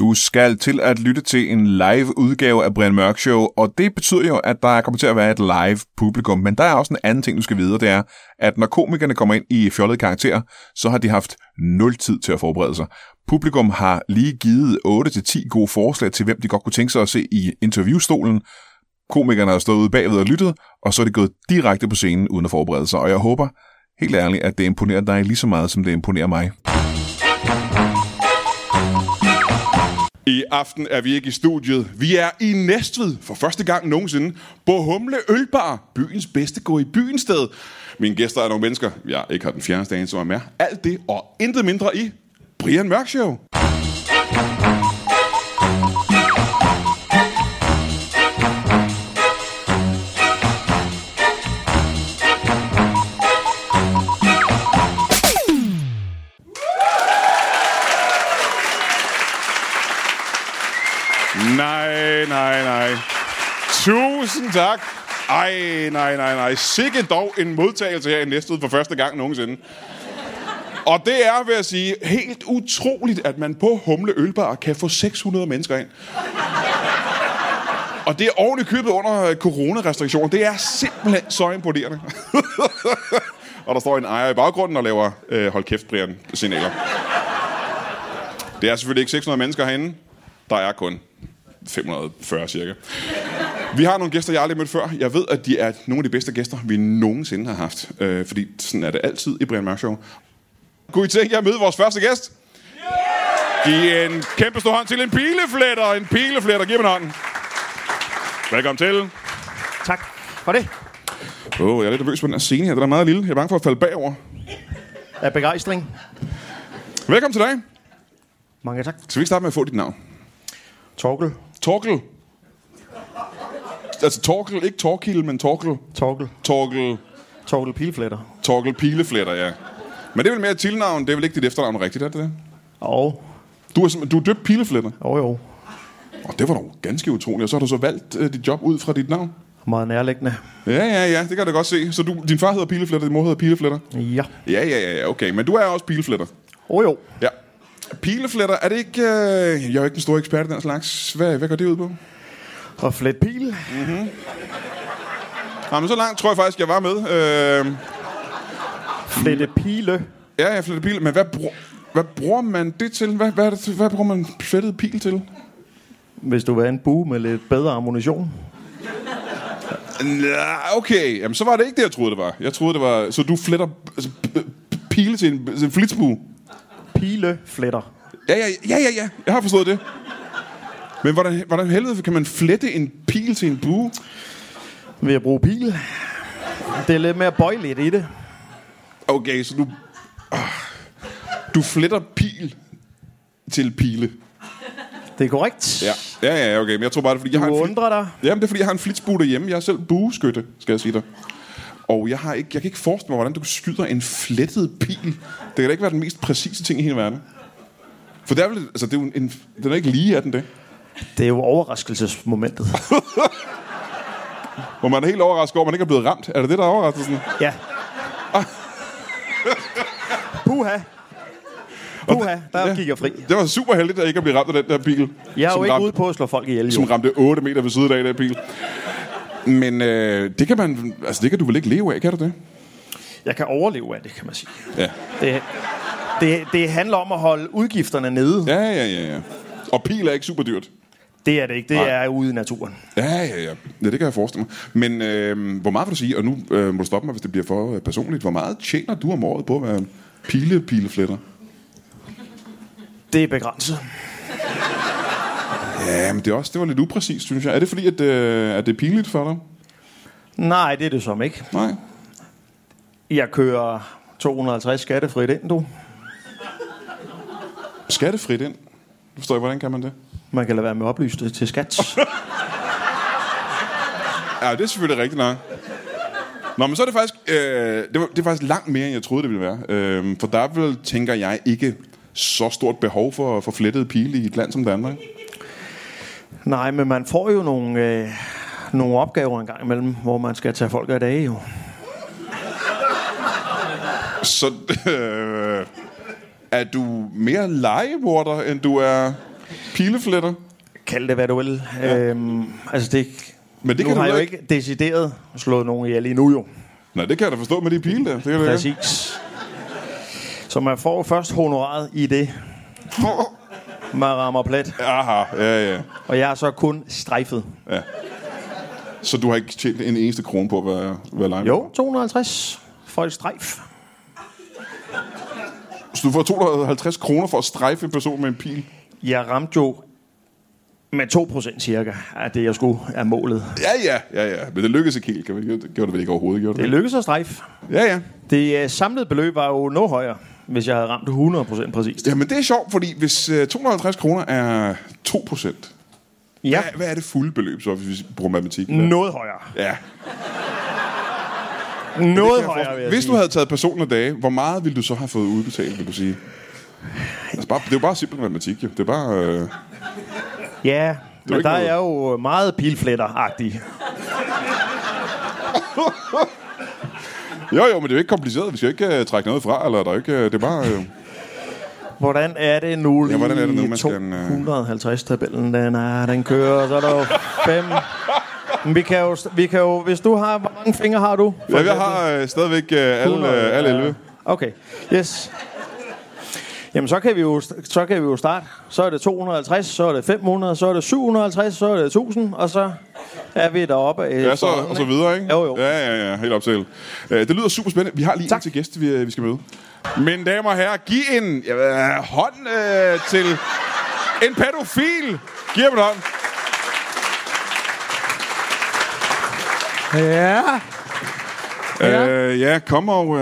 Du skal til at lytte til en live udgave af Brian Mørk Show, og det betyder jo, at der kommer til at være et live publikum. Men der er også en anden ting, du skal vide, det er, at når komikerne kommer ind i fjollede karakterer, så har de haft 0 tid til at forberede sig. Publikum har lige givet 8-10 gode forslag til, hvem de godt kunne tænke sig at se i interviewstolen. Komikerne har stået ude bagved og lyttet, og så er de gået direkte på scenen uden at forberede sig. Og jeg håber helt ærligt, at det imponerer dig lige så meget, som det imponerer mig. I aften er vi ikke i studiet. Vi er i Næstved for første gang nogensinde på Humle Ølbar, byens bedste gå i byen sted. Mine gæster er nogle mennesker, jeg ikke har den fjerneste anelse om er. Alt det og intet mindre i Brian Mørk Show. Nej. Tusind tak. Nej. Sikke dog en modtagelse her i Næstved for første gang nogensinde. Og det er, vil jeg sige, helt utroligt, at man på Humle Ølbar kan få 600 mennesker ind. Og det er ordentligt købet under coronarestriktioner. Det er simpelthen så imponerende. Og der står en ejer i baggrunden og laver hold kæft, Brian signaler. Det er selvfølgelig ikke 600 mennesker herinde. Der er kun 540 cirka. Vi har nogle gæster, jeg aldrig mødt før. Jeg ved, at de er nogle af de bedste gæster, vi nogensinde har haft. Fordi sådan er det altid i Brian Mørk Show. Kunne I tænke jer at møde vores første gæst? Giv en kæmpe stor hånd til en pilefletter. En pilefletter. Giv mig hånden. Velkommen til. Tak for det. Jeg er lidt nervøs på den her scene her. Den er meget lille. Jeg er bange for at falde bagover. Af begejstring. Velkommen til dig. Mange tak. Skal vi ikke starte med at få dit navn? Torkel. Torkel. Altså Torkel, ikke Torkil, men Torkel. Torkel Pilefletter. Torkel Pilefletter, ja. Men det er vel mere et tilnavn, det er vel ikke dit efternavn rigtigt, er det det? Og. Du er døbt Pilefletter? Jo. Og det var dog ganske utroligt. Og så har du så valgt dit job ud fra dit navn? Meget nærliggende. Ja, det kan jeg da godt se. Så din far hedder Pilefletter, din mor hedder Pilefletter? Ja. Ja, okay. Men du er også Pilefletter? Jo. Ja. Pilefletter, er det ikke... Jeg er jo ikke den store ekspert i den slags. Hvad går det ud på? Og flet pil. Mhm. Men så langt tror jeg faktisk, jeg var med. Flette pile. Ja, flette pile. Men hvad bruger man det til? Hvad bruger man flettet pil til? Hvis du vil have en bue med lidt bedre ammunition. Okay, jamen så var det ikke det, jeg troede, det var. Jeg troede, det var... Så du fletter pile til en flitsbue? Pilefletter. Ja. Jeg har forstået det. Men hvordan helvede kan man flette en pil til en bue? Ved at bruge pil. Det er lidt mere bøjeligt i det. Okay, så du fletter pil til pile. Det er korrekt. Ja, okay. Men jeg tror bare, det er, fordi jeg har en undrer dig? Jamen, det er, fordi jeg har en flitsbue derhjemme. Jeg er selv bueskytte, skal jeg sige dig. Og jeg kan ikke forestille mig, hvordan du skyder en flettet pil. Det kan da ikke være den mest præcise ting i hele verden. For det er vel, altså, det er jo den er ikke lige, er den det? Det er jo overraskelsesmomentet. Hvor man er helt overrasket over, at man ikke er blevet ramt. Er det det, der er overraskelsen? Ja. Puha, der gik jeg fri. Det var super heldigt, at jeg ikke er blevet ramt af den der pil. Jeg er jo ikke ude på at slå folk ihjel. Som ramte 8 meter ved siden af den pil. Men det kan du vel ikke leve af, kan du det? Jeg kan overleve af det, kan man sige. Ja. Det handler om at holde udgifterne nede. Ja. Og pil er ikke super dyrt. Det er det ikke. Det er ude i naturen. Ja. Det kan jeg forestille mig. Men hvor meget vil du sige, og nu må du stoppe mig, hvis det bliver for personligt. Hvor meget tjener du om året på at være pilefletter? Det er begrænset. Ja, men det var lidt upræcist, synes jeg. Er det fordi, at det er pinligt for dig? Nej, det er det som ikke. Nej. Jeg kører 250 skattefrit ind, du. Skattefrit ind? Du forstår ikke, hvordan kan man det? Man kan lade være med at oplyse det til skat. Ja, det er selvfølgelig rigtigt nok. Nå, men så er det faktisk... det er faktisk langt mere, end jeg troede, det ville være. For der vil, tænker jeg, ikke så stort behov for flettede pile i et land som Danmark. Nej, men man får jo nogle opgaver en gang imellem, hvor man skal tage folk af dage, jo. Så er du mere legemorder, end du er... Pilefletter? Kald det, hvad du vil. Ja. Altså, det... Men det nu kan har du jeg jo ikke decideret slået nogen ihjel endnu, jo. Nej, det kan jeg da forstå med de pile der. Det kan Præcis. Så man får først honoraret i det. Man rammer plet. Aha, ja. Og jeg er så kun strejfet. Ja. Så du har ikke tjent en eneste krone på at være live? Jo, 250 for et strejf. Så du får 250 kroner for at strejfe en person med en pil? Jeg ramte jo med 2% cirka af det, jeg skulle af målet. Ja. Men det lykkedes ikke helt. Gjorde det vel ikke overhovedet? Gjorde det lykkedes at strejfe. Ja. Det samlede beløb var jo noget højere, hvis jeg havde ramt 100% præcist. Ja, men det er sjovt, fordi hvis 250 kroner er 2%, ja. Hvad er det fulde beløb, så, hvis vi bruger matematik? Noget højere. Ja. Noget højere, vil jeg Hvis sige. du havde taget personen af dage, hvor meget ville du så have fået udbetalt, vil du sige? Altså det er jo bare simpel matematik, jo. Det er bare... Ja, men der noget. er jo meget pilfletter-agtig. Jo, men det er jo ikke kompliceret. Vi skal ikke trække noget fra, eller der er ikke... Det er bare... Hvordan er det nu lige? Ja, hvordan er det nu, man skal... 250-tabellen, den kører, så er der jo 5... Vi kan jo, hvis du har... Hvor mange fingre har du? Ja, jeg har stadigvæk alle 11. Okay, yes. Jamen, så kan vi jo starte. Så er det 250, så er det 500, så er det 750, så er det 1000, og så er vi deroppe. Ja, og så videre, ikke? Jo. Ja, helt op til. Det lyder super spændende. Vi har lige en til gæst, vi skal møde. Mine damer og herrer, giv en hånd til en pædofil. Giv ham en hånd. Ja. Kom og...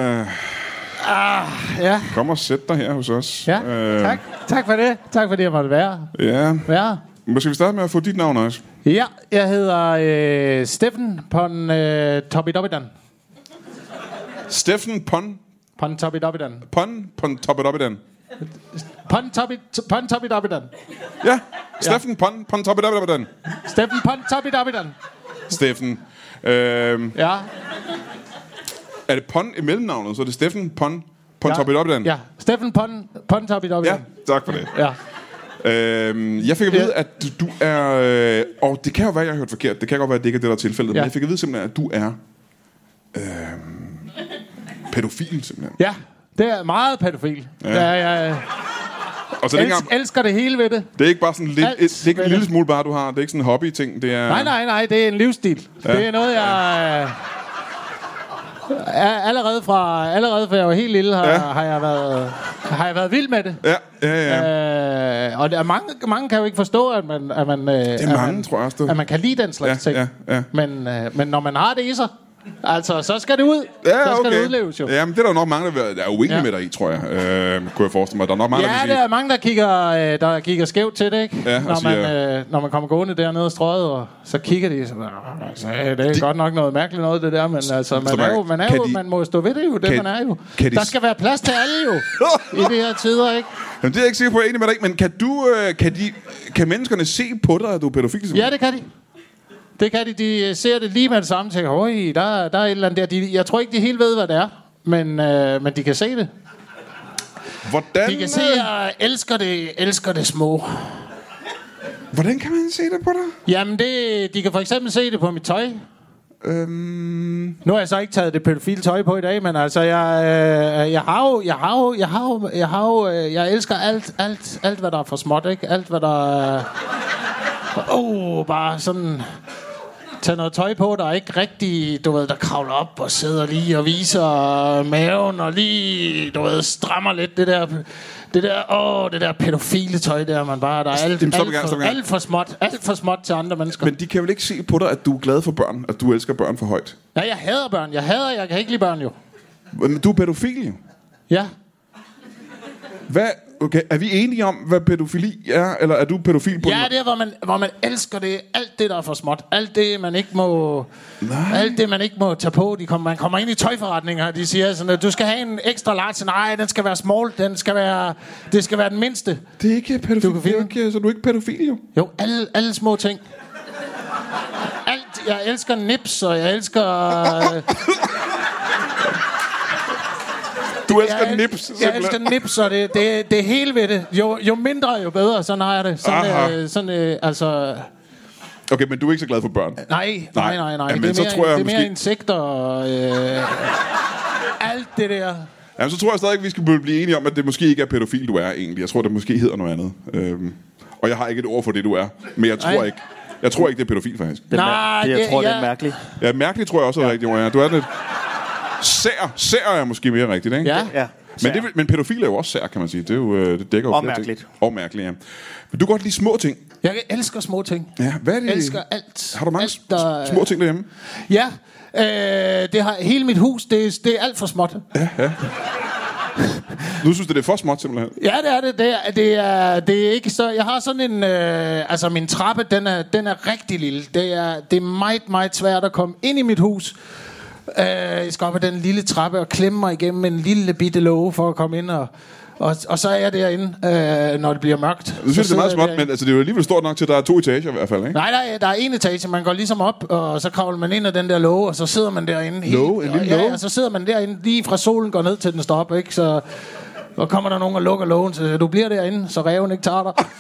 Ja. Kom og sæt dig her hos os. Ja, tak. Tak for det. Tak fordi jeg måtte være. Ja. Måske vi starte med at få dit navn også. Ja, jeg hedder Steffen Pontoppidoppiddan. Steffen Pontoppidoppiddan. Pontoppidoppiddan. Pontoppidoppiddan. Ja, Steffen Pontoppidoppiddan. Steffen Pontoppidoppiddan. Steffen. Ja. Er det Pon i mellemnavnet, så er det Steffen Pontoppidoppiddan? Ja, Steffen Pontoppidoppiddan. Ja, tak for det. Ja. Jeg fik at vide, at du er... og det kan jo være, jeg har hørt forkert. Det kan godt være, at det ikke er det, der er tilfældet. Men jeg fik at vide simpelthen, at du er... pædofil, simpelthen. Ja, det er meget pædofil. Ja. Jeg og så elsker det hele ved det. Det er ikke bare sådan lidt, det er ikke en lille smule bare, du har. Det er ikke sådan en hobby-ting. Det er... Nej, det er en livsstil. Ja. Det er noget, jeg... Allerede fra jeg var helt lille, har jeg været vild med det. Ja. Og der er mange kan jo ikke forstå, at man det er mange, tror jeg også. At man kan lide den slags ting. Ja. Men når man har det i sig, altså, så skal det ud. Ja, så skal det udleves jo. Jamen, det er der nok mange, der er uenige med dig i, tror jeg. Kunne jeg forestille mig. Der er nok mange, der vil sige... der er mange, der kigger skævt til det, ikke? Ja, når man kommer gående dernede og strøget, og så kigger de, så det er godt nok noget mærkeligt noget, det der, men altså, man må stå ved det jo, det man er jo. Der skal være plads til alle jo, i de her tider, ikke? Jamen, det er jeg ikke sikker på, at jeg er enig med dig, men kan menneskerne se på dig, at du er pædofil? Ja, det kan de. Det kan de. De ser det lige med det samme. Tænker, der er et eller andet der. Jeg tror ikke, de helt ved, hvad det er. Men de kan se det. Hvordan? De kan se, at jeg elsker det små. Hvordan kan man se det på dig? Jamen, de kan for eksempel se det på mit tøj. Nu har jeg så ikke taget det pædofile tøj på i dag, men altså, jeg elsker alt, hvad der er for småt, ikke? Alt, hvad der bare sådan... Tag noget tøj på, der er ikke rigtig, du ved, der kravler op og sidder lige og viser maven og lige, du ved, strammer lidt det der pædofile tøj der, man bare, der er alt for småt til andre mennesker. Men de kan vel ikke se på dig, at du er glad for børn, at du elsker børn for højt? Nej, jeg hader børn. Jeg kan ikke lide børn jo. Men du er pædofil jo. Ja. Okay, er vi enige om, hvad pædofili er, eller er du pædofil på? Ja, det er, hvor man elsker det, alt det, der er for småt. Alt det, man ikke må... Nej. Alt det, man ikke må tage på. Man kommer ind i tøjforretninger, og de siger sådan, at du skal have en ekstra large. Nej, den skal være small. Det skal være den mindste. Det er ikke pædofil. Så du er ikke pædofil, jo? Jo, alle små ting. Alt. Jeg elsker nips, og jeg elsker... Du elsker nips, simpelthen. Jeg elsker nips, og det er hele ved det. Jo mindre, jo bedre. Sådan har jeg det. Altså... Okay, men du er ikke så glad for børn? Nej. Jamen, det er mere måske... insekter og alt det der. Jamen, så tror jeg stadig, at vi skal blive enige om, at det måske ikke er pædofil, du er egentlig. Jeg tror, det måske hedder noget andet. Og jeg har ikke et ord for det, du er. Men jeg tror ikke. Jeg tror ikke, det er pædofil, faktisk. Jeg tror, det er mærkeligt. Ja, mærkeligt tror jeg også er rigtigt. Ja. Du er lidt... Sær er måske mere rigtigt, ikke? Ja. Men pædofil er jo også sær, kan man sige. Det, er jo, det dækker jo og flere mærkeligt. ting. Og mærkeligt, ja. Men du kan godt lide små ting. Jeg elsker små ting. Ja, hvad er det? Jeg elsker alt. Har du mange alt, der... små ting derhjemme? Ja. Det har hele mit hus. Det er alt for småt. Ja. Nu synes du, det er for småt, simpelthen? Ja, det er ikke så... Jeg har sådan en... min trappe, den er rigtig lille. Det er meget, meget svært at komme ind i mit hus. Jeg skal op ad den lille trappe og klemme mig igennem en lille bitte låge for at komme ind og så er jeg derinde, når det bliver mørkt. Du synes, det er meget småt, men altså, det er jo alligevel stort nok til, at der er 2 etager i hvert fald, ikke? Nej, der er 1 etage. Man går ligesom op, og så kravler man ind ad den der låge, og så sidder man derinde. En lille låge? Ja, så sidder man derinde, lige fra solen går ned til den står op, ikke? Så kommer der nogen og lukker lågen, så du bliver derinde, så ræven ikke tager dig.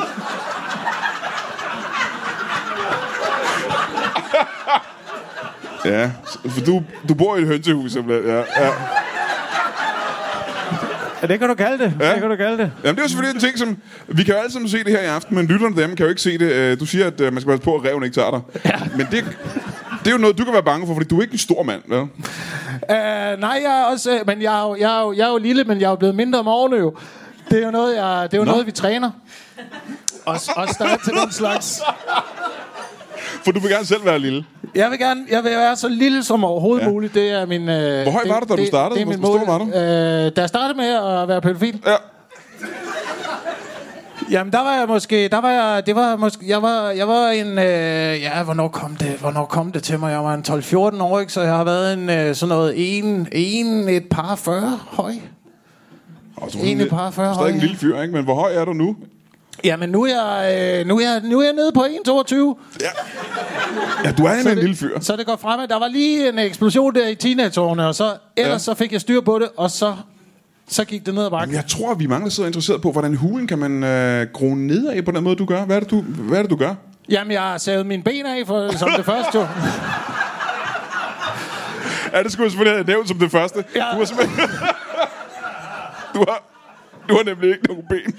Ja, for du bor i et hønsehus, simpelthen. Ja. Ja, det kan du kalde det. Ja. Det kan du kalde det. Jamen, det er jo selvfølgelig en ting, som... Vi kan jo alle sammen se det her i aften, men lytterne derhjemme kan jo ikke se det. Du siger, at man skal passe på, at ræven ikke tager dig. Ja. Men det er jo noget, du kan være bange for, fordi du er ikke en stor mand, vel? Nej, jeg er også... Men jeg er jo lille, men jeg er jo blevet mindre om årene jo. Det er jo noget, vi træner. Også der er til den slags... For du vil gerne selv være lille. Jeg vil være så lille som overhovedet muligt. Det er min... Hvor høj var du, da du startede? Det er min mål. Hvor stor var du? Da jeg startede med at være pædofil. Ja. Jamen, der var jeg måske... Jeg var en... Hvornår kom det til mig? Jeg var en 12-14 år, ikke? Så jeg har været en sådan noget... et par 40 høj. Et par 40 høj. Stadig en lille fyr, ikke? Men hvor høj er du nu? Jamen, nu er jeg nede på 1,22. Ja, du er en lille fyr. Så det går fremad. Der var lige en eksplosion der i teenageårene, og så færdig fik jeg styr på det, og så gik det ned ad bakken. Jeg tror, vi mange sidder interesseret på, hvordan hulen kan man gro nedad på den måde, du gør. Hvad er det, du gør? Jamen, jeg har savet mine ben af som det første, jo. Ja, det skulle jeg selvfølgelig have nævnt som det første. Ja. Du har simpelthen... Du har nemlig ikke nogen ben.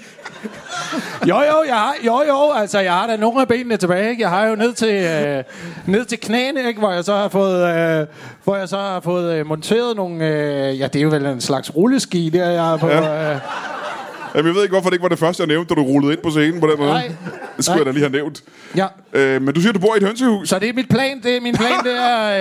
Jeg har da nogle af benene tilbage, ikke? Jeg har jo ned til knæene, ikke? Hvor jeg så har fået monteret nogle det er jo vel en slags rulleski der jeg har på. Ja. Jamen, jeg ved ikke hvorfor det ikke var det første jeg nævnte, da du rullede ind på scenen på den måde. Nej. Det skulle jeg da lige have nævnt. Ja. Men du siger du bor i et hønsehus. Så det er min plan. Det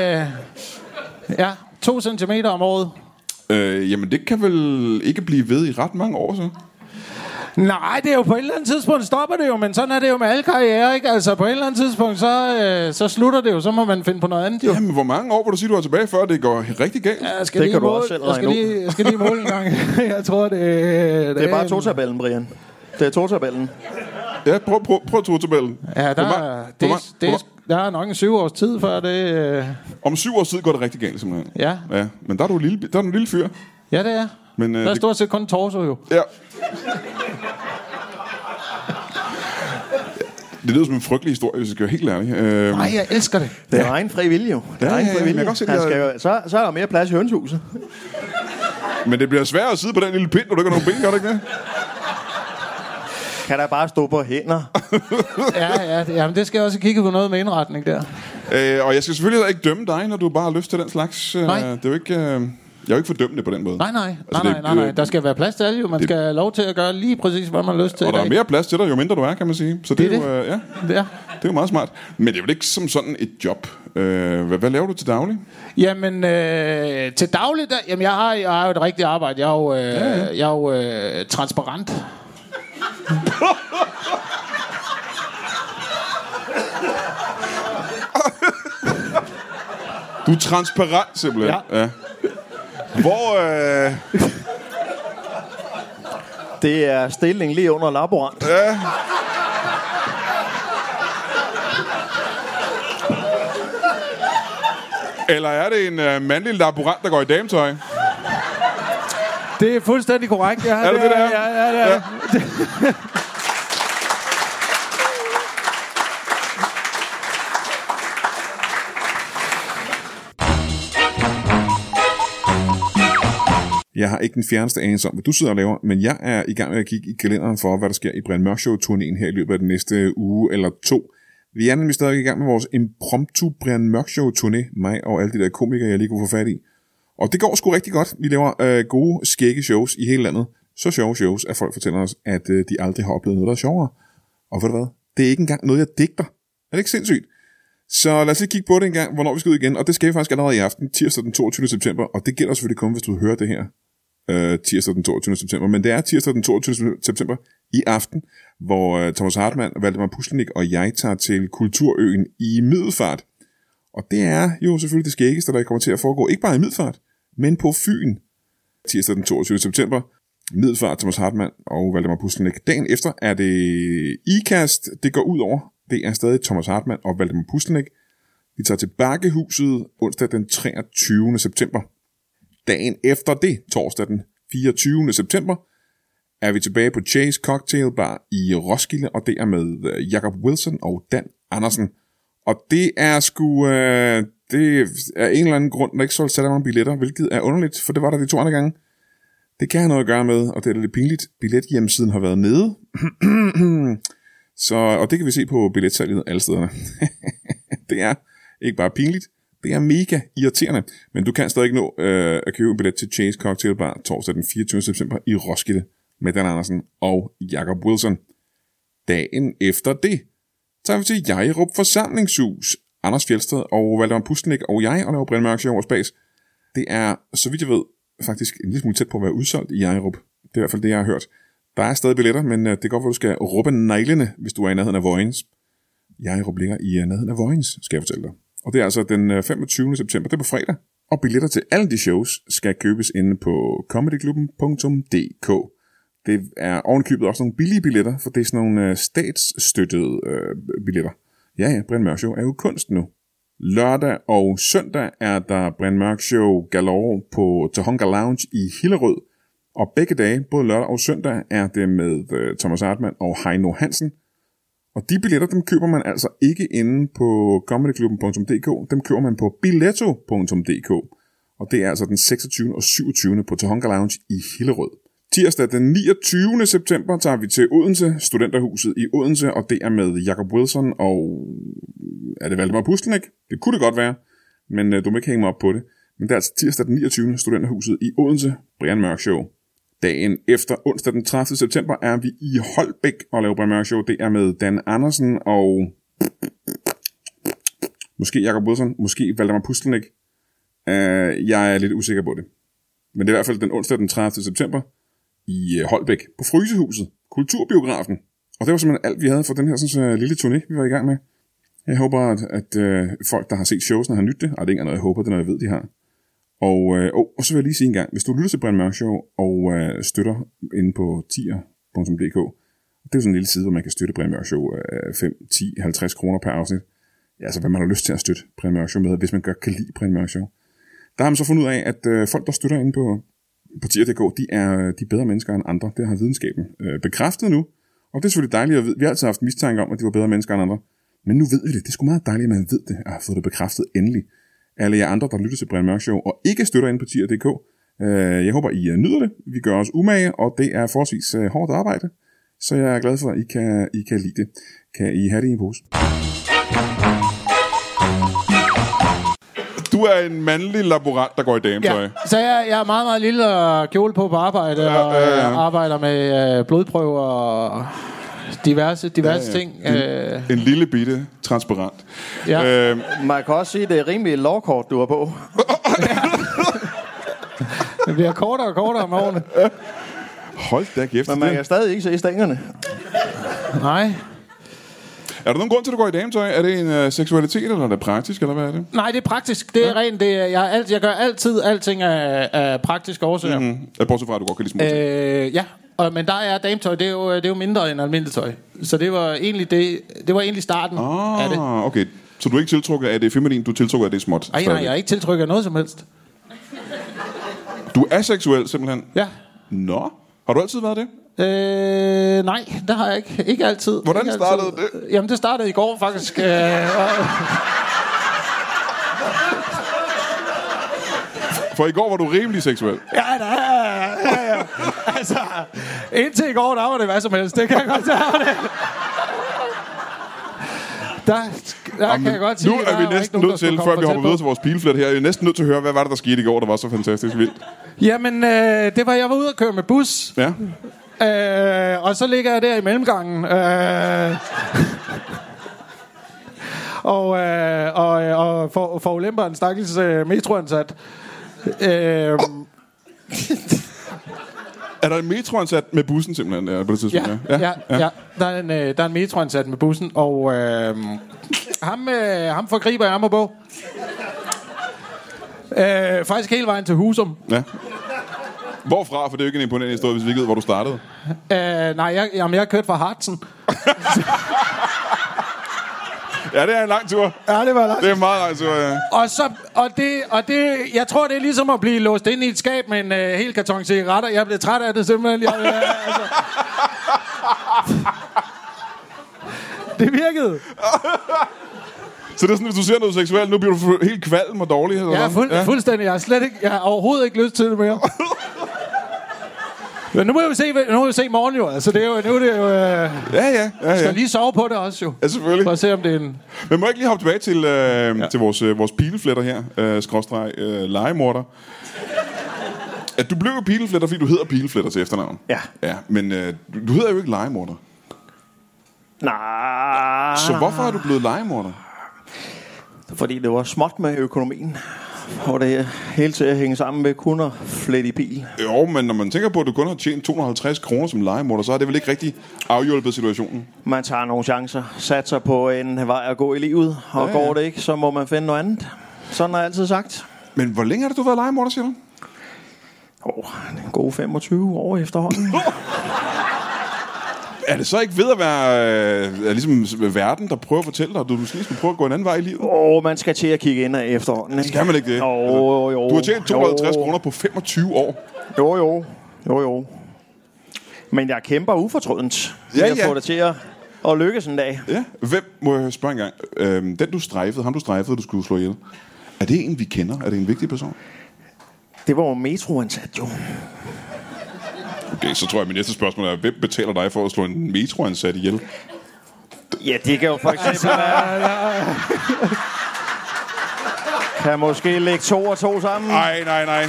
er 2 centimeter om året. Jamen, det kan vel ikke blive ved i ret mange år, så? Nej, det er jo på et eller andet tidspunkt stopper det jo, men sådan er det jo med alle karriere, ikke? Altså, på et eller andet tidspunkt, så slutter det jo, så må man finde på noget andet, jo. Jamen, hvor mange år vil du sige, du har tilbage, før det går rigtig galt? Ja, det kan du også selv regne ud. Jeg skal lige måle en gang. Jeg tror, det er bare totabellen, Brian. Det er totabellen. Ja, prøv totabellen. Ja, der er nok en 7 års tid før det... Om 7 års tid går det rigtig galt, simpelthen. Ja. Men der er du en lille fyr. Ja, det er. Men, der er stort set kun torso, jo. Ja. Det lyder som en frygtelig historie, hvis jeg skal være helt ærlig. Nej, jeg elsker det. Det er egen fri vilje, jo. Det er egen fri vilje. Så er der mere plads i hønsehuset. Men det bliver svært at sidde på den lille pind, når du ikke har nogen ben, gør det ikke det? Kan der bare stå på hænder? Jamen, det skal jeg også kigge på noget med indretning der. Og jeg skal selvfølgelig ikke dømme dig, når du bare har lyst til den slags. Nej. Det er jo ikke... Jeg er jo ikke fordømmende på den måde. Nej. Der skal være plads til alle, jo. Man skal have lov til at gøre lige præcis, hvad man har lyst til. Og der er mere plads til dig, jo mindre du er, kan man sige. Så det er jo, ja. Det er jo meget smart. Men det er vel ikke som sådan et job. Hvad laver du til daglig? Jamen, til daglig, jamen jeg har jo et rigtigt arbejde. Jeg er jo transparent. Du er transparent, simpelthen. Ja. Hvor... Det er stilling lige under laborant. Ja. Eller er det en mandlig laborant, der går i dametøj? Det er fuldstændig korrekt. Ja, Er det det, der? Ja, det er. Ja. Jeg har ikke den fjerneste anelse om, hvad du sidder og laver, men jeg er i gang med at kigge i kalenderen for, hvad der sker i Brian Mørk Show-turnéen her i løbet af den næste uge eller 2. Vi er nemlig stadig i gang med vores impromptu Brian Mørk Show-turné, mig og alle de der komikere, jeg lige kunne få fat i. Og det går sgu rigtig godt. Vi laver gode, skægge shows i hele landet. Så sjove shows, at folk fortæller os, at de aldrig har oplevet noget, der er sjovere. Og ved du hvad? Det er ikke engang noget, jeg digter. Er det ikke sindssygt? Så lad os lige kigge på det en gang, hvornår vi skal ud igen. Og det skal vi faktisk allerede i aften, tirsdag den 22. september. Og det gælder selvfølgelig kun, hvis du hører det her tirsdag den 22. september. Men det er tirsdag den 22. september i aften, hvor Thomas Hartmann, Valdemar Puslenik og jeg tager til Kulturøen i Middelfart. Og det er jo selvfølgelig det skæggeste, der kommer til at foregå. Ikke bare i Middelfart, men på Fyn. Tirsdag den 22. september. Middelfart, Thomas Hartmann og Valdemar Puslenik. Dagen efter er det IKAST, det går ud over. Det er stadig Thomas Hartmann og Valdemar Puslenik. Vi tager til Bakkehuset onsdag den 23. september. Dagen efter det, torsdag den 24. september, er vi tilbage på Chase Cocktail Bar i Roskilde, og det er med Jacob Wilson og Dan Andersen. Og det er sgu... det er en eller anden grund, der ikke solgt sat nogle billetter, hvilket er underligt, for det var der de 2 andre gange. Det kan have noget at gøre med, og det er lidt pinligt. Billethjemmesiden har været nede. Og det kan vi se på billetsalget alle stederne. Det er ikke bare pinligt, det er mega irriterende. Men du kan stadig nå at købe en billet til Chase Cocktail Bar torsdag den 24. september i Roskilde med Dan Andersen og Jacob Wilson. Dagen efter det tager vi til Jagerup Forsamlingshus. Anders Fjeldsted og Valdemar Puslenik og jeg og laver Brian Mørk Show over Spas. Det er, så vidt jeg ved, faktisk en lille smule tæt på at være udsolgt i Jagerup. Det er i hvert fald det, jeg har hørt. Der er stadig billetter, men det er godt, at du skal råbe neglene, hvis du er i nærheden af Vojens. Jagerup ligger i nærheden af Vojens, skal jeg fortælle dig. Og det er altså den 25. september, det er på fredag. Og billetter til alle de shows skal købes inde på comedyklubben.dk. Det er ovenkøbet også nogle billige billetter, for det er sådan nogle statsstøttede billetter. Ja, Brian Mørk Show er jo kunst nu. Lørdag og søndag er der Brian Mørk Show galore på Tohonga Lounge i Hillerød. Og begge dage, både lørdag og søndag, er det med Thomas Hartmann og Heino Hansen. Og de billetter, dem køber man altså ikke inde på comedyklubben.dk. Dem køber man på billetto.dk. Og det er altså den 26. og 27. på Tohonga Lounge i Hillerød. Tirsdag den 29. september tager vi til Odense, Studenterhuset i Odense, og det er med Jacob Wilson og... Er det Valdemar Puslenik? Det kunne det godt være, men du må ikke hænge mig op på det. Men det er altså tirsdag den 29. Studenterhuset i Odense, Brian Mørk Show. Dagen efter onsdag den 30. september er vi i Holbæk og laver Brian Mørk Show. Det er med Dan Andersen og... Måske Jacob Wilson, måske Valdemar Puslenik. Jeg er lidt usikker på det. Men det er i hvert fald den onsdag den 30. september i Holbæk på Frysehuset, Kulturbiografen. Og det var simpelthen alt, vi havde for den her sådan, lille turné, vi var i gang med. Jeg håber, at folk, der har set showsene, har nydt det. Og det er ikke noget, jeg håber, det er noget, jeg ved, de har. Og så vil jeg lige sige en gang, hvis du lytter til Brian Mørk Show og støtter inde på tier.dk, det er jo sådan en lille side, hvor man kan støtte Brian Mørk Show 5, 10, 50 kroner per afsnit. Ja, altså hvad man har lyst til at støtte Brian Mørk Show med, hvis man godt kan lide Brian Mørk Show. Der har man så fundet ud af, at folk, der støtter inde på tier.dk, de er bedre mennesker end andre. Det har videnskaben bekræftet nu. Og det er selvfølgelig dejligt at vide. Vi har altid haft mistanke om, at de var bedre mennesker end andre. Men nu ved vi det. Det er sgu meget dejligt, at man ved det og har fået det bekræftet endelig. Alle jer andre, der lytter til Brian Mørk Show og ikke støtter ind på tier.dk. Jeg håber, I nyder det. Vi gør os umage, og det er forholdsvis hårdt arbejde. Så jeg er glad for, at I kan lide det. Kan I have det i en pose? Du er en mandlig laborant, der går i dametøj. Ja. Så jeg er meget, meget lille og kjole på arbejde, og arbejder med blodprøver og diverse ting. En lille bitte transparent. Ja. Man kan også sige, at det er rimelig lovkort, du har på. Det bliver kortere og kortere om årene. Hold da kæft. Men man kan stadig ikke se stængerne. Nej. Er der nogen grund til, at du går i dametøj? Er det en seksualitet, eller er det praktisk, eller hvad er det? Nej, det er praktisk. Det er rent. Jeg gør altid alting af praktiske årsager. Mm-hmm. Bortset fra, at du godt kan lide små ting. Ja. Men der er dametøj, det er jo mindre end almindeligt tøj. Så det var egentlig starten af det. Okay. Så du er ikke tiltrukket af det feminin, du er tiltrukket af det småt? Nej, jeg er ikke tiltrukket af noget som helst. Du er seksuel, simpelthen? Ja. Nå, har du altid været det? Nej, det har jeg ikke. Ikke altid. Hvordan ikke startede altid. det? Jamen, det startede i går, faktisk. For i går var du rimelig seksuel. Ja. Altså, indtil i går, der var det hvad som helst. Det kan jeg godt sige. Der kan jeg godt sige, nu er vi næsten nødt til, før vi hopper videre til vores pileflet her, er vi næsten nødt til at høre, hvad var det, der skete i går, der var så fantastisk vildt? Jamen, det var, jeg var ude at køre med bus. Ja. Og så ligger jeg der i mellemgangen. Og for ulemper en stakkels metroansat. Er der en metroansat med bussen simpelthen på det tidspunkt? Ja. Der er en metroansat med bussen, og ham forgriber jeg mig på. Faktisk hele vejen til Husum. Ja. Hvorfra? For det er jo ikke en imponerende historie, hvis vi ikke ved, hvor du startede. Jeg kørte fra Hartsen. Ja, det er en lang tur. Ja, det var langt. Det er en meget lang tur, ja. Og det, jeg tror, det er ligesom at blive låst ind i et skab med en hel karton cigaretter. Jeg blev træt af det simpelthen. Det virkede. Så det er sådan, hvis du ser noget seksuelt, nu bliver du helt kvalm og dårlig? Eller Ja, fuldstændig. Jeg har overhovedet ikke lyst til det mere. Men nu må vi se morgen jo. Altså, det er jo, nu er det jo... Ja. Skal lige sove på det også jo. Ja, selvfølgelig. For at se, om det er en... Men må jeg ikke lige hoppe tilbage til vores pilefletter her, skråstreg legemorder. At du blev pilefletter, fordi du hedder pilefletter til efternavn. Ja. Ja, men du hedder jo ikke legemorder. Nej. Så hvorfor er du blevet legemorder? Fordi det var småt med økonomien. Og det hele tiden hænger sammen med kun at flette i bil. Jo, men når man tænker på, at du kun har tjent 250 kroner som legemorder, så er det vel ikke rigtig afhjulpet situationen? Man tager nogle chancer, satser på en vej at gå i livet, og Ja. går det ikke, så må man finde noget andet. Sådan har jeg altid sagt. Men hvor længe har du været legemorder, siger du? En god 25 år efterhånden. Er det så ikke ved at være ligesom verden, der prøver at fortælle dig, at du måske skal prøve at gå en anden vej i livet? Man skal til at kigge ind efterhånden. Ikke? Skal man ikke det? Jo. Du har tjent 250 kroner på 25 år. Jo. Men jeg kæmper ufortrødent. Ja. Jeg får det til at lykkes en dag. Ja. Hvem, må jeg spørge engang, den du strejfede, du skulle slå ihjel, er det en, vi kender? Er det en vigtig person? Det var jo metroansat, jo. Okay, så tror jeg, min næste spørgsmål er, hvem betaler dig for at slå en metroansat ihjel? Ja, det kan jo for eksempel være... Kan måske lægge 2 og 2 sammen. Nej.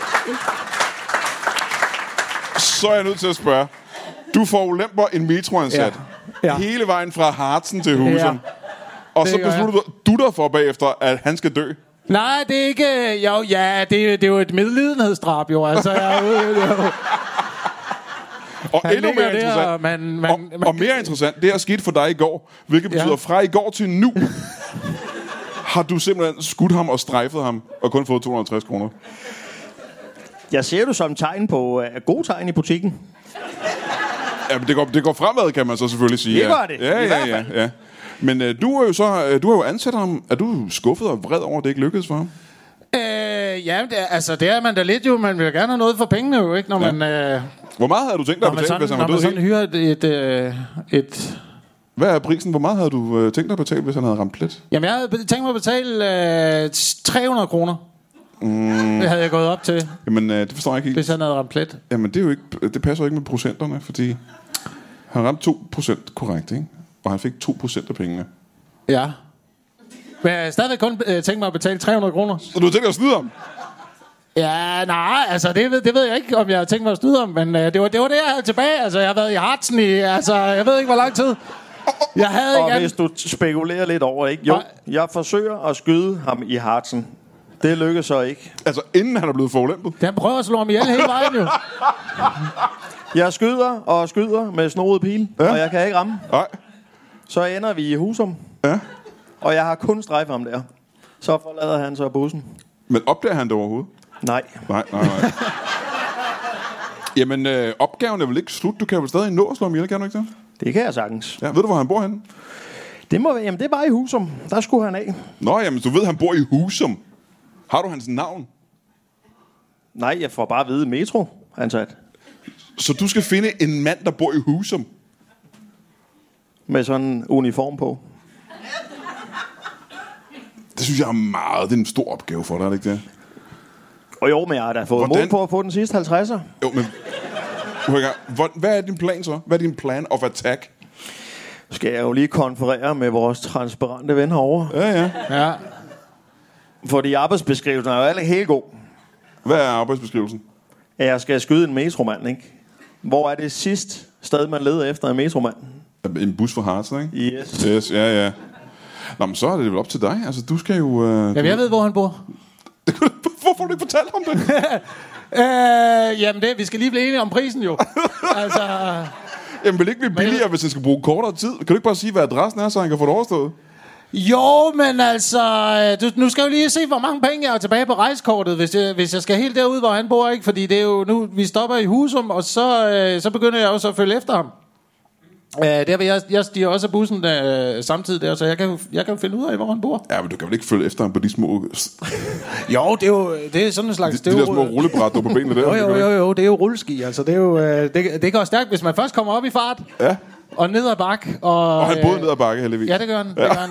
Så er jeg nødt til at spørge. Du får ulemper en metroansat. Ja. Hele vejen fra Hartsen til Husum. Ja. Og så Det gør beslutter du dig for bagefter, at han skal dø. Nej, det er ikke... Det er jo et medlidenhedsdrab, jo. Altså, Og han endnu mere ligger interessant. Og mere interessant, det er sket for dig i går. Hvilket betyder, fra i går til nu, har du simpelthen skudt ham og strejfet ham, og kun fået 250 kroner. Jeg ser det som tegn på gode tegn i butikken. Ja, men det går fremad, kan man så selvfølgelig sige. Det gør det, i hvert fald. Ja. Men du har jo ansat ham. Er du skuffet og vred over, at det ikke lykkedes for ham? Det er man da lidt jo. Man vil gerne have noget for pengene jo, ikke? Når man... Hvor meget havde du tænkt dig at betale, hvis han var død helt? Hyrer et... Hvad er prisen? Hvor meget havde du tænkt dig at betale, hvis han havde ramt plet? Jamen, jeg havde tænkt mig at betale 300 kroner. Det havde jeg gået op til. Jamen, det forstår jeg ikke helt. Hvis han havde ramt plet. Jamen, det passer jo ikke med procenterne, fordi han ramte 2% korrekt, ikke? Og han fik 2% af pengene. Ja. Men jeg har stadigvæk kun tænkt mig at betale 300 kroner. Så du har tænkt dig at snyde ham? Ja, nej, altså det ved jeg ikke, om jeg har tænkt mig at snyde om, men det var det, jeg havde tilbage. Altså, jeg har været i Hartsen i, jeg ved ikke, hvor lang tid. Jeg havde Og ikke hvis du spekulerer lidt over, ikke? Jo, jeg forsøger at skyde ham i Hartsen. Det lykkes så ikke. Altså, inden han er blevet forulempet? Han prøver at slå ham ihjel hele vejen, jo. Jeg skyder med snoret pil, og jeg kan ikke ramme. Nej. Så ender vi i Husum, Ja. og jeg har kun strejf ham der. Så forlader han så bussen. Men opdager han det overhovedet? Nej. Nej. Jamen, opgaven er vel ikke slut? Du kan vel stadig nå at slå ham ihjel, kan du ikke det? Det kan jeg sagtens. Ja, ved du, hvor han bor henne? Det var i Husum. Der skulle han af. Nå, jamen, du ved, han bor i Husum. Har du hans navn? Nej, jeg får bare at vide metro, ansat. Så du skal finde en mand, der bor i Husum? Med sådan en uniform på. Det synes jeg er meget. Det er en stor opgave for dig, er det ikke det? Og jo, men jeg har da fået mod på at få den sidste 50'er. Jo, men... Hvad er din plan så? Hvad er din plan of attack? Skal jeg jo lige konferere med vores transparente ven herovre. Ja. Fordi arbejdsbeskrivelsen er jo aldrig helt god. Hvad er arbejdsbeskrivelsen? Jeg skal skyde en metromand, ikke? Hvor er det sidste sted, man leder efter en metromand? En bus for Harts, ikke? Yes. Ja. Nå, men så er det vel op til dig. Altså, du skal jo... Jamen, jeg ved, hvor han bor. Hvorfor har du ikke fortalt ham det? Jamen, vi skal lige blive enige om prisen, jo. Altså... Jamen, vil det ikke blive billigere, hvis han skal bruge kortere tid? Kan du ikke bare sige, hvad adressen er, så han kan få det overstået? Jo, men altså... Nu skal jeg jo lige se, hvor mange penge jeg har tilbage på rejsekortet, hvis jeg skal helt derud, hvor han bor, ikke? Fordi det er jo nu... Vi stopper i Husum, og så begynder jeg også at følge efter ham. Der vil jeg stiger også af bussen samtidig der, så jeg kan finde ud af, hvor han bor. Ja, men du kan vel ikke følge efter ham på de små... Jo, det er sådan en slags... De der små rullebræt, du på benene der. Jo, det er jo rulleski. Altså, det er jo det går stærkt, hvis man først kommer op i fart. Ja. Og ned ad bakke. Og han boede ned ad bakke, heldigvis. Ja, det gør han.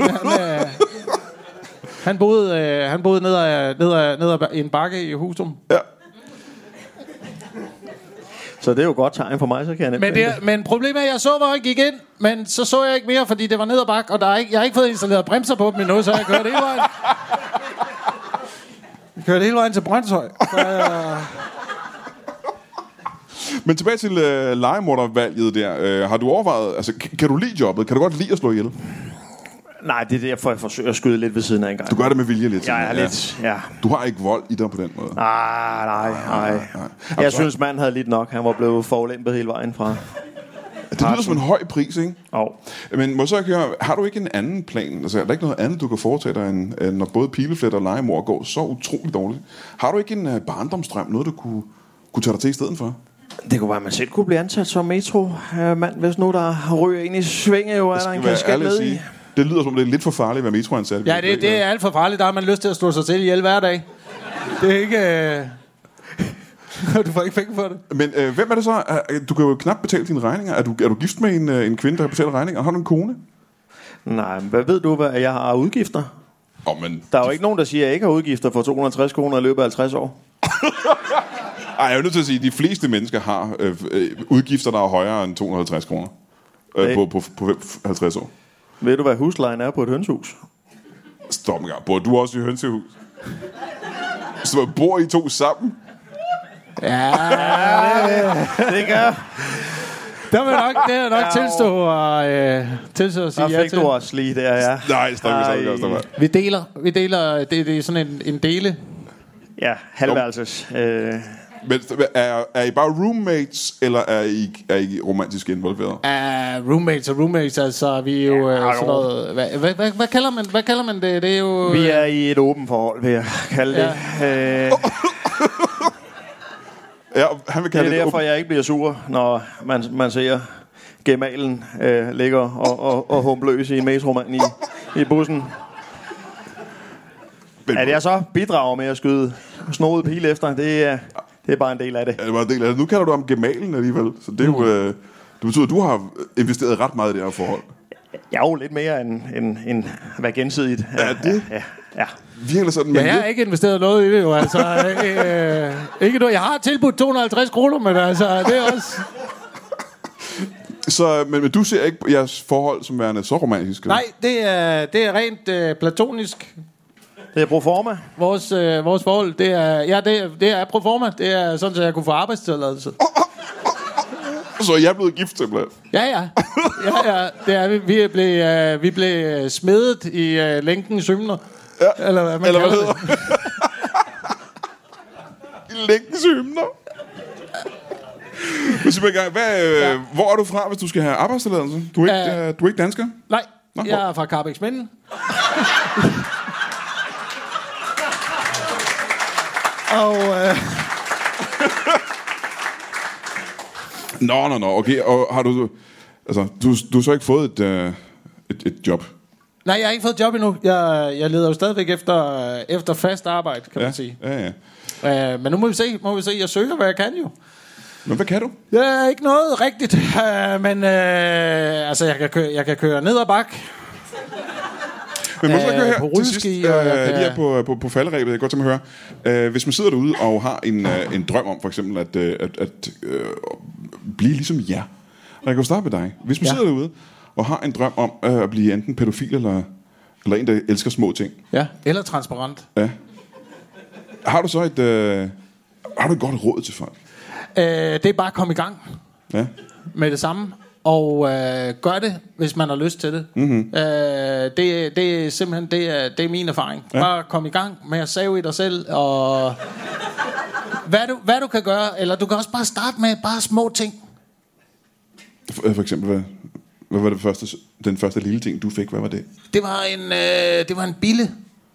Han boede ned ad en bakke i Husum. Ja. Så det er jo godt tegn for mig, så kan jeg men problemet er, at jeg så, hvor jeg gik ind, men så jeg ikke mere, fordi det var ned ad bakke, og jeg har ikke fået installeret bremser på dem endnu, så jeg kørte hele vejen. Jeg kørte hele vejen til Brøndshøj. Men tilbage til legemordervalget der. Har du overvejet... Altså, kan du lide jobbet? Kan du godt lide at slå ihjel? Nej, det er derfor, jeg forsøger at skyde lidt ved siden af en gang. Du gør det med vilje lidt? Ja, lidt, ja. Du har ikke vold i dig på den måde? Nej. Jeg synes, manden havde lidt nok. Han var blevet forlæmpet hele vejen fra... Det lyder som en høj pris, ikke? Jo. Men må så ikke høre, har du ikke en anden plan? Altså, er der ikke noget andet, du kan foretage dig, end når både pileflet og legemord går så utroligt dårligt? Har du ikke en barndomsdrøm, noget du kunne tage dig til i stedet for? Det kunne være, at man selv kunne blive ansat som metromand, hvis nu der ryger ind i svinget, jo er der en kasket med i. Det lyder som, det er lidt for farligt at være metroansat. Ja, det er alt for farligt. Der har man lyst til at slå sig selv ihjel hver dag. Det er ikke... Du får ikke penge for det. Men hvem er det så? Du kan jo knap betale dine regninger. Er du gift med en kvinde, der betaler regninger? Har du en kone? Nej, men hvad ved du, hvad jeg har udgifter? Men der er jo ikke nogen, der siger, at jeg ikke har udgifter for 260 kroner i løbet af 50 år. Ej, jeg er jo nødt til at sige, at de fleste mennesker har udgifter, der er højere end 250 kroner på 50 år. Ved du, hvad huslejen er på et hønsehus? Stop en gang. Bor du også i hønsehus? Så bor I to sammen? Ja, det gør. Det er nok tilstå at sige ja til. Der fik du også lige der, ja. Nej, stop. Vi deler, det er sådan en dele. Ja, halvværelses. Men er I bare roommates, eller er I romantisk involveret? Roommates, altså vi er jo sådan noget... Hvad kalder man det? Det er jo... Vi er i et åbent forhold, vil jeg kalde det. Ja, han vil kalde det er derfor, jeg ikke bliver sur, når man ser gemalen ligger og humbløs i en metromand i bussen. At jeg så bidrager med at skyde snoet pile efter, det er bare en del af det. Ja, det er bare en del af det. Nu kalder du ham gemalen alligevel, så det er jo... Det betyder, at du har investeret ret meget i det her forhold. Jeg er jo lidt mere end hvad gensidigt. Ja, det... Ja. Virkelig sådan, jeg har ikke investeret noget i det, jo. Altså, ikke noget. Jeg har tilbudt 250 kroner, men altså, det er også... Så, men du ser ikke jeres forhold som værende så romantisk? Nej, det er rent platonisk. Det er proforma. Vores forhold, det er proforma. Det er sådan, at jeg kunne få arbejdstilladelse. Så jeg er blevet gift simpelthen? Ja. Det er vi blev smedet i lænken sømner. Ja. Eller hvad man kalder det. I lænken sømner. Hvor er du fra, hvis du skal have arbejdstilladelse? Du er ikke dansker? Nej, jeg er fra Carbex Mænden. Og Nå, okay. Og har du... Altså, du har så ikke fået et job? Nej, jeg har ikke fået et job endnu. Jeg leder jo stadigvæk efter fast arbejde, kan man sige. Ja. Men nu må vi se. Jeg søger, hvad jeg kan jo. Men hvad kan du? Ja, ikke noget rigtigt, men altså jeg kan køre ned ad bak. Men må du så køre her på til sidst, rulleski, og jeg kan- lige her på falderæbet, jeg kan godt tænke mig at høre. Hvis man sidder derude og har en drøm om, for eksempel, at blive ligesom jer. Og jeg kan jo starte med dig. Hvis man sidder derude og har en drøm om at blive enten pædofil eller en, der elsker små ting. Ja, eller transparent. Ja. Har du så et godt råd til folk? Det er bare at komme i gang Ja. med det samme. Og gør det, hvis man har lyst til det. Mm-hmm. Det er simpelthen det er min erfaring. Ja. Bare komme i gang med at save i dig selv. Og hvad du kan gøre. Eller du kan også bare starte med bare små ting. For eksempel, hvad var den første lille ting, du fik? Hvad var det? Det var en bille.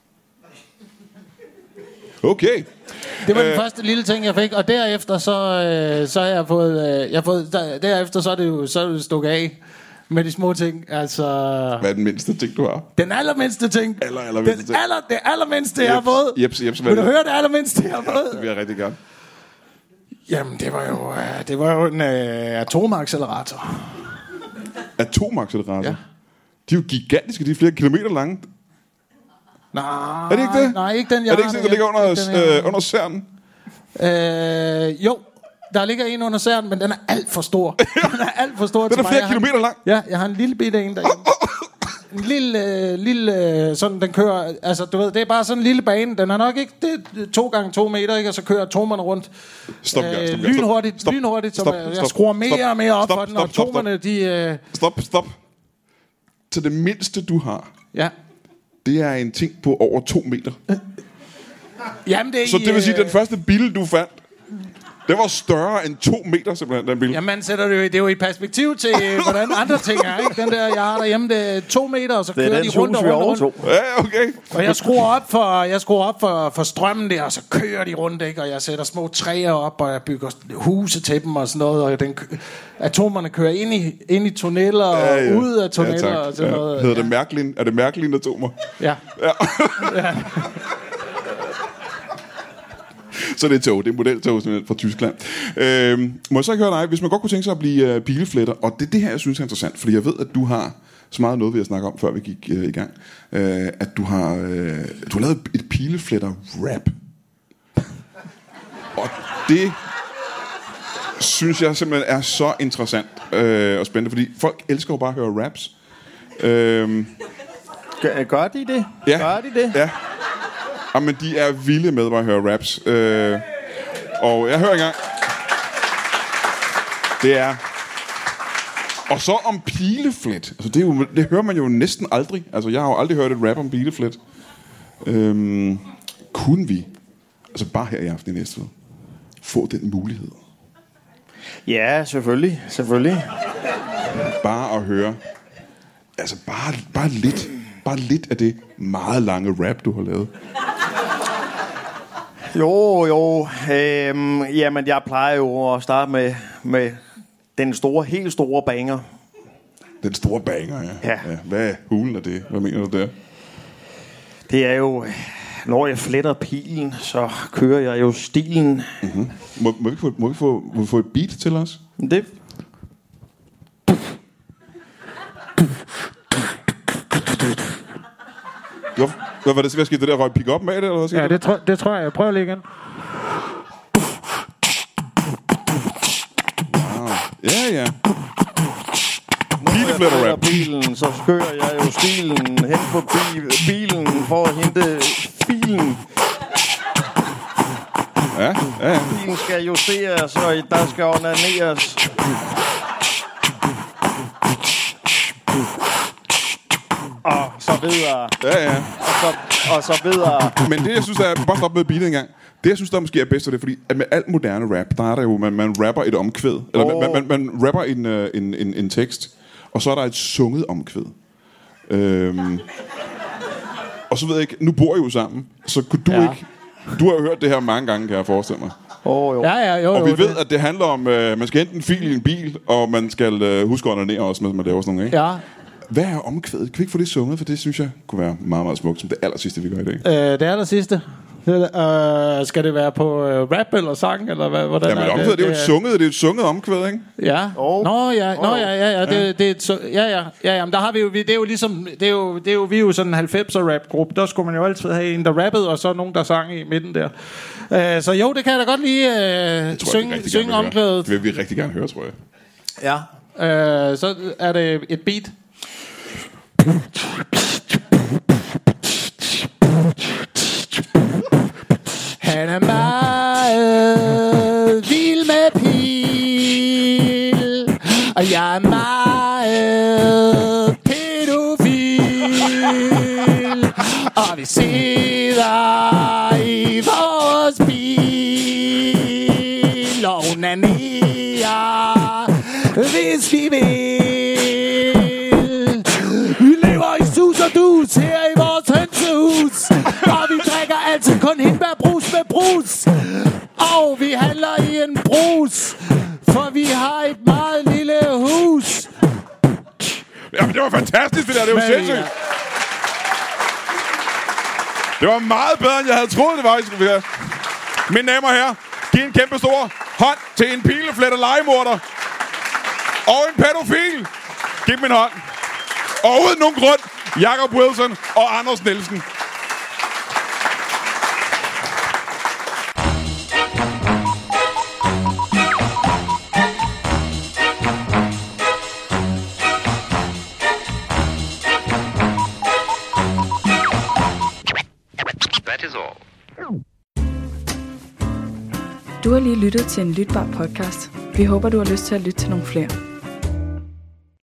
Okay. Det var den første lille ting, jeg fik. Og derefter så har jeg fået... derefter så er det jo stukket af med de små ting. Altså... Hvad er den mindste ting, du har? Den allermindste ting. Allermindste ting. Det allermindste, jeg har fået. Jeps, vil du høre det allermindste, jeg har fået? Det vil jeg rigtig gerne. Jamen, det var jo en atomaccelerator. Atomaccelerator? Ja. De er jo gigantiske, de er flere kilometer lange. Nej, Er det ikke det? Nej, ikke den, jeg er det ikke sådan, der ligger under CERN? Jo, der ligger en under CERN, men den er alt for stor. Den er alt for stor til Den mig. er flere kilometer lang? Ja, jeg har en lille bitte en derhjemme. En lille, sådan den kører, altså du ved, det er bare sådan en lille bane. Den er nok ikke, det er 2x2 meter, ikke? Og så kører atomerne rundt. Stop. Lynhurtigt, så jeg skruer mere og mere op for den, og atomerne, de... Stop. Så det mindste, du har, Ja. det er en ting på over 2 meter. Jamen, Så det vil sige, at den første bil, du fandt, den var større end 2 meter, simpelthen, den bil. Jamen, man sætter det jo i perspektiv til, hvordan andre ting er, ikke? Den der, jeg har derhjemme, det er 2 meter, og så kører de rundt og rundt. Ja, okay. Og jeg skruer op for strømmen der, og så kører de rundt, ikke? Og jeg sætter små træer op, og jeg bygger huse til dem og sådan noget, og atomerne kører ind i tunneller og ud af tunneller og sådan noget. Hedder det Mærkelin? Er det Mærkelin-atomer? Ja. Så det er tog, det er modeltog fra Tyskland. Må jeg så ikke høre dig, hvis man godt kunne tænke sig at blive pilefletter, og det er det her, jeg synes er interessant, fordi jeg ved, at du har så meget noget, vi har snakket om, før vi gik i gang, at du har lavet et pilefletter-rap. Og det synes jeg simpelthen er så interessant og spændende, fordi folk elsker jo bare at høre raps. Gør de det? Ja. Gør de det? Ja. Jamen, de er vilde med at høre raps. Og jeg hører engang. Det er... Og så om pileflet. Altså, det hører man jo næsten aldrig. Altså, jeg har jo aldrig hørt et rap om pileflet. Kunne vi, altså bare her i aften i Næstved, få den mulighed? Ja, selvfølgelig. Bare at høre. Altså, bare lidt af det meget lange rap, du har lavet. Jo. Jamen, jeg plejer jo at starte med den helt store banger. Den store banger, ja. Hvad hulen er det? Hvad mener du der? Det er jo, når jeg fletter pilen, så kører jeg jo stilen. Mm-hmm. Må vi få et beat til os? Det... Hvad var det? Hvad skete det der? Røg pick-up med det? Eller hvad Ja, det tror jeg. Jeg prøver lige igen. Ja. Pilefletter rap. Bilen, så kører jeg jo stilen hen på bilen for at hente filen. Ja. Bilen skal justeres, og der skal onaneres. Og så videre. Ja. Og så videre. Men det, jeg synes, er... Bare stop med beatet en gang. Det, jeg synes, der måske er bedst, er det, fordi at med alt moderne rap, der er der jo... Man rapper et omkvæd. Eller man rapper en tekst, og så er der et sunget omkvæd. Og så ved jeg ikke... Nu bor I jo sammen, så kunne du ikke... Du har jo hørt det her mange gange, kan jeg forestille mig. Jo. Ja, og vi ved, at det handler om... man skal hente en fil i en bil, og man skal huske at onanere også, mens man laver sådan nogle, ikke? Ja. Hvad er omkvædet? Kan vi ikke få det sunget? For det synes jeg kunne være meget, meget smukt, som det aller sidste, vi gør i dag. Det aller sidste. Skal det være på rap eller sang, eller hvad? Hvordan Jamen, omkvædet, det er jo et sunget omkvæd, ikke? Ja. Nå ja. Men der har vi jo, det er jo ligesom, vi er jo sådan en 90'er rapgruppe. Der skulle man jo altid have en, der rappede, og så nogen, der sang i midten der. Så jo, det kan jeg da godt lige synge omkvædet. Det vil vi rigtig gerne høre, tror jeg. Ja. Så er det et beat. Han er meget vild med pil, og jeg er meget pædofil, og vi sidder i vores bil og onanerer, hvis vi vil. Vi lever i sus og dus her i vores hønsehus, og vi drikker altid kun hindbærbrus med brus, og vi handler i en brus, for vi har et meget lille hus. Jamen, det var fantastisk, det der. Det var sindssygt. Det var meget bedre, end jeg havde troet, det var. Mine damer og herrer, giv en kæmpe stor hånd til en pilefletter legemorder og en pædofil. Giv dem en hånd. Og uden nogen grund, Jacob Wilson og Anders Nielsen. That is all. Du har lige lyttet til en lytbar podcast. Vi håber, du har lyst til at lytte til nogle flere.